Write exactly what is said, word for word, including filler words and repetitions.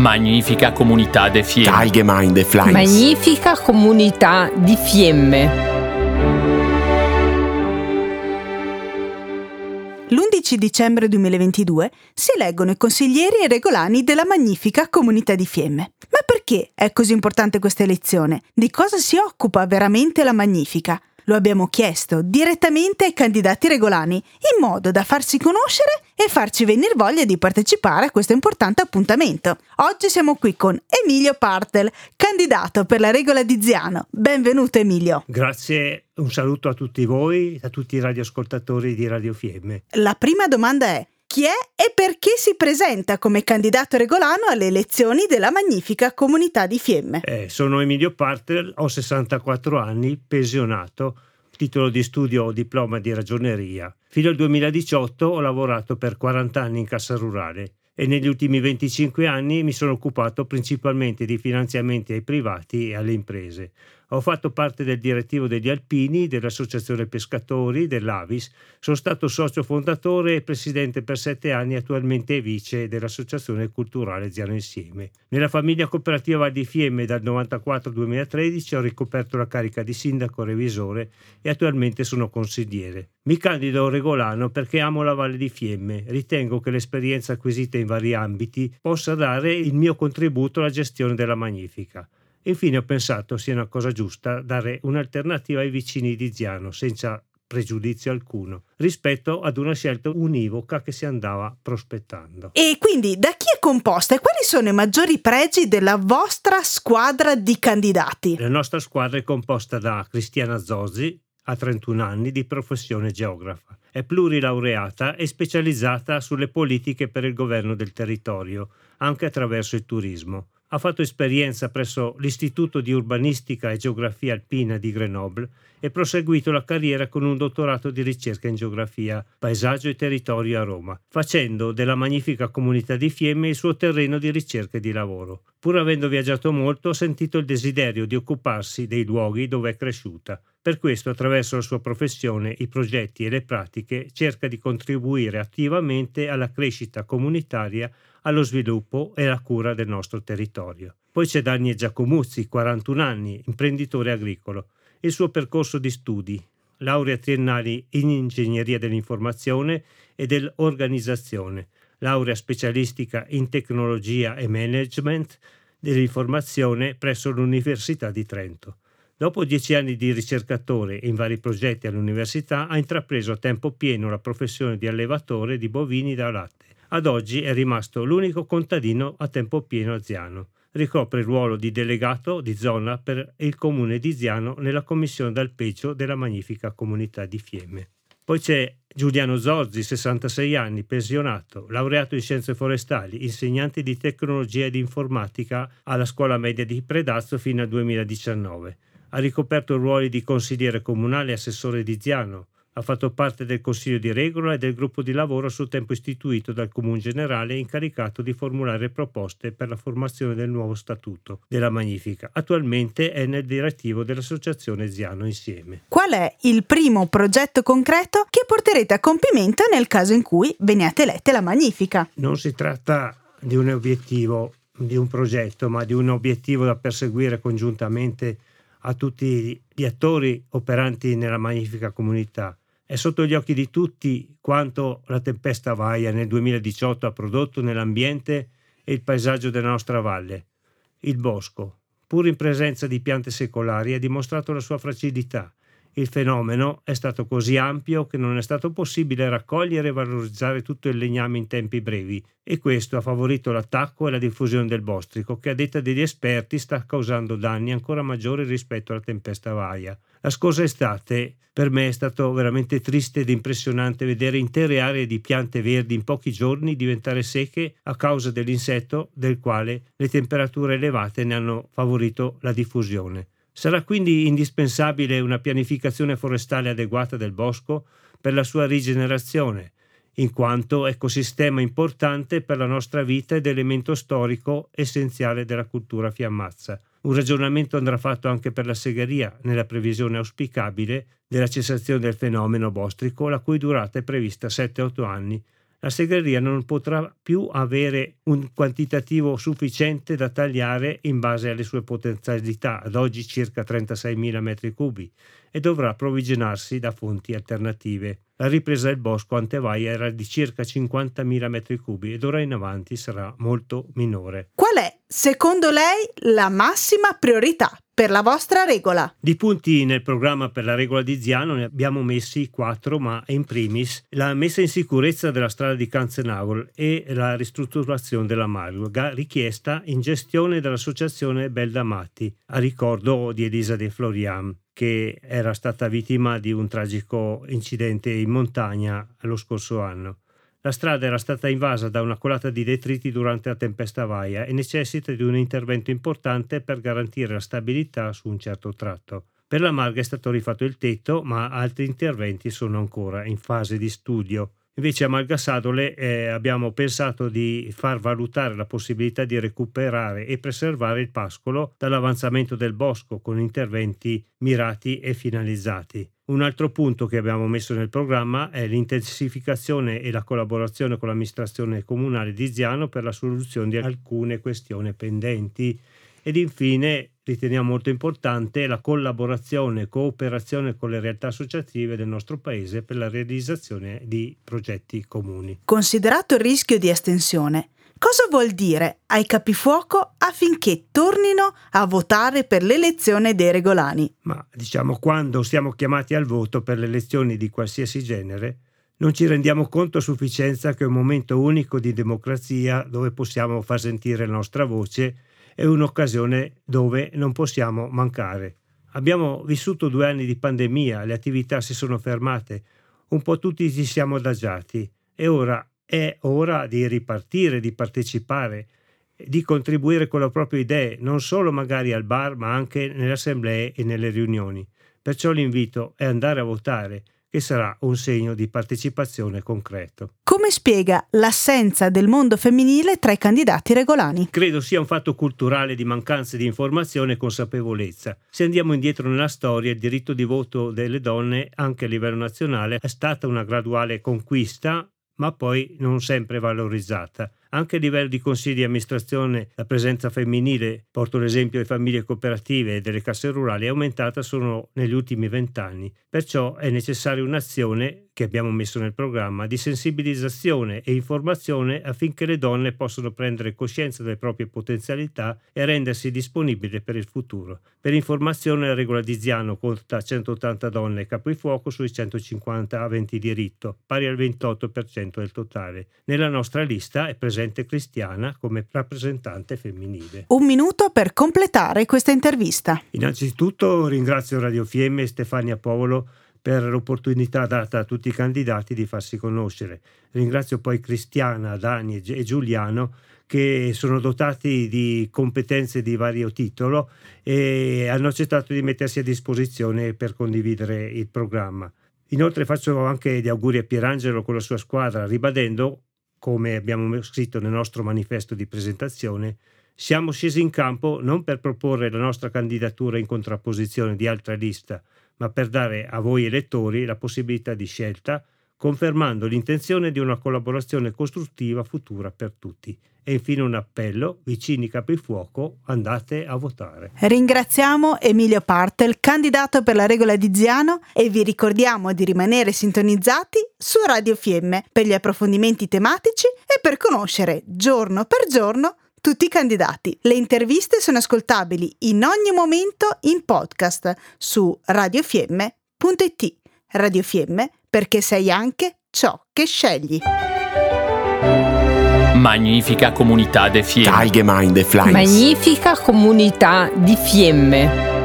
Magnifica comunità de Fiemme. Allgemeine Flames. Magnifica comunità di Fiemme. l'undici dicembre duemilaventidue si eleggono i consiglieri e regolani della Magnifica Comunità di Fiemme. Ma perché è così importante questa elezione? Di cosa si occupa veramente la Magnifica? Lo abbiamo chiesto direttamente ai candidati regolani, in modo da farsi conoscere e farci venire voglia di partecipare a questo importante appuntamento. Oggi siamo qui con Emilio Partel, candidato per la regola di Ziano. Benvenuto Emilio. Grazie, un saluto a tutti voi, a tutti i radioascoltatori di Radio Fiemme. La prima domanda è: chi è e perché si presenta come candidato regolano alle elezioni della Magnifica Comunità di Fiemme? Eh, sono Emilio Partel, ho sessantaquattro anni, pensionato, titolo di studio o diploma di ragioneria. Fino al duemiladiciotto ho lavorato per quaranta anni in cassa rurale e negli ultimi venticinque anni mi sono occupato principalmente di finanziamenti ai privati e alle imprese. Ho fatto parte del direttivo degli Alpini, dell'Associazione Pescatori, dell'Avis. Sono stato socio fondatore e presidente per sette anni, attualmente vice dell'Associazione Culturale Ziano Insieme. Nella famiglia cooperativa Val di Fiemme dal novantaquattro al duemilatredici ho ricoperto la carica di sindaco revisore e attualmente sono consigliere. Mi candido regolano perché amo la Valle di Fiemme. Ritengo che l'esperienza acquisita in vari ambiti possa dare il mio contributo alla gestione della Magnifica. Infine ho pensato sia una cosa giusta dare un'alternativa ai vicini di Ziano, senza pregiudizio alcuno, rispetto ad una scelta univoca che si andava prospettando. E quindi da chi è composta e quali sono i maggiori pregi della vostra squadra di candidati? La nostra squadra è composta da Cristiana Zozzi, ha trentuno anni, di professione geografa. È plurilaureata e specializzata sulle politiche per il governo del territorio, anche attraverso il turismo. Ha fatto esperienza presso l'Istituto di Urbanistica e Geografia Alpina di Grenoble e proseguito la carriera con un dottorato di ricerca in geografia, paesaggio e territorio a Roma, facendo della Magnifica Comunità di Fiemme il suo terreno di ricerca e di lavoro. Pur avendo viaggiato molto, ha sentito il desiderio di occuparsi dei luoghi dove è cresciuta. Per questo, attraverso la sua professione, i progetti e le pratiche, cerca di contribuire attivamente alla crescita comunitaria, allo sviluppo e alla cura del nostro territorio. Poi c'è Daniel Giacomuzzi, quarantuno anni, imprenditore agricolo. Il suo percorso di studi: laurea triennali in ingegneria dell'informazione e dell'organizzazione, laurea specialistica in tecnologia e management dell'informazione presso l'Università di Trento. Dopo dieci anni di ricercatore in vari progetti all'università, ha intrapreso a tempo pieno la professione di allevatore di bovini da latte. Ad oggi è rimasto l'unico contadino a tempo pieno a Ziano. Ricopre il ruolo di delegato di zona per il comune di Ziano nella commissione d'alpeggio della Magnifica Comunità di Fiemme. Poi c'è Giuliano Zorzi, sessantasei anni, pensionato, laureato in scienze forestali, insegnante di tecnologia e di informatica alla scuola media di Predazzo fino al duemiladiciannove. Ha ricoperto ruoli di consigliere comunale e assessore di Ziano. Ha fatto parte del Consiglio di Regola e del gruppo di lavoro a suo tempo istituito dal Comune Generale, incaricato di formulare proposte per la formazione del nuovo statuto della Magnifica. Attualmente è nel direttivo dell'Associazione Ziano Insieme. Qual è il primo progetto concreto che porterete a compimento nel caso in cui veniate elette la Magnifica? Non si tratta di un obiettivo, di un progetto, ma di un obiettivo da perseguire congiuntamente a tutti gli attori operanti nella Magnifica Comunità. È sotto gli occhi di tutti quanto la tempesta Vaia nel duemiladiciotto ha prodotto nell'ambiente e il paesaggio della nostra valle. Il bosco, pur in presenza di piante secolari, ha dimostrato la sua fragilità. Il fenomeno è stato così ampio che non è stato possibile raccogliere e valorizzare tutto il legname in tempi brevi, e questo ha favorito l'attacco e la diffusione del bostrico, che a detta degli esperti sta causando danni ancora maggiori rispetto alla tempesta Vaia. La scorsa estate per me è stato veramente triste ed impressionante vedere intere aree di piante verdi in pochi giorni diventare secche a causa dell'insetto, del quale le temperature elevate ne hanno favorito la diffusione. Sarà quindi indispensabile una pianificazione forestale adeguata del bosco per la sua rigenerazione, in quanto ecosistema importante per la nostra vita ed elemento storico essenziale della cultura fiammazza. Un ragionamento andrà fatto anche per la segheria, nella previsione auspicabile della cessazione del fenomeno bostrico, la cui durata è prevista sette otto anni, La segreteria non potrà più avere un quantitativo sufficiente da tagliare in base alle sue potenzialità, ad oggi circa trentaseimila metri cubi, e dovrà approvvigionarsi da fonti alternative. La ripresa del bosco Antevaia era di circa cinquantamila metri cubi e d'ora in avanti sarà molto minore. Qual è, secondo lei, la massima priorità per la vostra regola? Di punti nel programma per la regola di Ziano ne abbiamo messi quattro, ma in primis la messa in sicurezza della strada di Canzenagol e la ristrutturazione della Marga, richiesta in gestione dall'associazione Beldamati, a ricordo di Elisa De Florian, che era stata vittima di un tragico incidente in montagna lo scorso anno. La strada era stata invasa da una colata di detriti durante la tempesta Vaia e necessita di un intervento importante per garantire la stabilità su un certo tratto. Per la Marga è stato rifatto il tetto, ma altri interventi sono ancora in fase di studio. Invece a Malgasadole eh, abbiamo pensato di far valutare la possibilità di recuperare e preservare il pascolo dall'avanzamento del bosco con interventi mirati e finalizzati. Un altro punto che abbiamo messo nel programma è l'intensificazione e la collaborazione con l'amministrazione comunale di Ziano per la soluzione di alcune questioni pendenti. Ed infine riteniamo molto importante la collaborazione e cooperazione con le realtà associative del nostro paese per la realizzazione di progetti comuni. Considerato il rischio di estensione, cosa vuol dire ai capifuoco affinché tornino a votare per l'elezione dei regolani? Ma diciamo, quando siamo chiamati al voto per le elezioni di qualsiasi genere, non ci rendiamo conto a sufficienza che è un momento unico di democrazia dove possiamo far sentire la nostra voce. È un'occasione dove non possiamo mancare. Abbiamo vissuto due anni di pandemia, le attività si sono fermate, un po' tutti ci siamo adagiati e ora è ora di ripartire, di partecipare, di contribuire con le proprie idee, non solo magari al bar, ma anche nelle assemblee e nelle riunioni. Perciò l'invito è andare a votare, che sarà un segno di partecipazione concreto. Come spiega l'assenza del mondo femminile tra i candidati regolani? Credo sia un fatto culturale di mancanza di informazione e consapevolezza. Se andiamo indietro nella storia, il diritto di voto delle donne anche a livello nazionale è stata una graduale conquista, ma poi non sempre valorizzata. Anche a livello di consigli di amministrazione la presenza femminile, porto l'esempio delle famiglie cooperative e delle casse rurali, è aumentata solo negli ultimi vent'anni. Perciò è necessaria un'azione, che abbiamo messo nel programma, di sensibilizzazione e informazione affinché le donne possano prendere coscienza delle proprie potenzialità e rendersi disponibili per il futuro. Per informazione, la regola di Ziano conta centottanta donne capifuoco sui centocinquanta aventi diritto, pari al ventotto per cento del totale. Nella nostra lista è presente Cristiana come rappresentante femminile. Un minuto per completare questa intervista. Innanzitutto ringrazio Radio Fiemme e Stefania Povolo per l'opportunità data a tutti i candidati di farsi conoscere. Ringrazio poi Cristiana, Dani e Giuliano, che sono dotati di competenze di vario titolo e hanno accettato di mettersi a disposizione per condividere il programma. Inoltre faccio anche gli auguri a Pierangelo con la sua squadra, ribadendo, come abbiamo scritto nel nostro manifesto di presentazione, siamo scesi in campo non per proporre la nostra candidatura in contrapposizione di altra lista, ma per dare a voi elettori la possibilità di scelta, confermando l'intenzione di una collaborazione costruttiva futura per tutti. E infine un appello: vicini capifuoco, andate a votare. Ringraziamo Emilio Partel, candidato per la regola di Ziano, e vi ricordiamo di rimanere sintonizzati su Radio Fiemme per gli approfondimenti tematici e per conoscere giorno per giorno tutti i candidati. Le interviste sono ascoltabili in ogni momento in podcast su radiofiemme punto it. Radio Fiemme, perché sei anche ciò che scegli. Magnifica comunità de Fiemme. Magnifica comunità di Fiemme.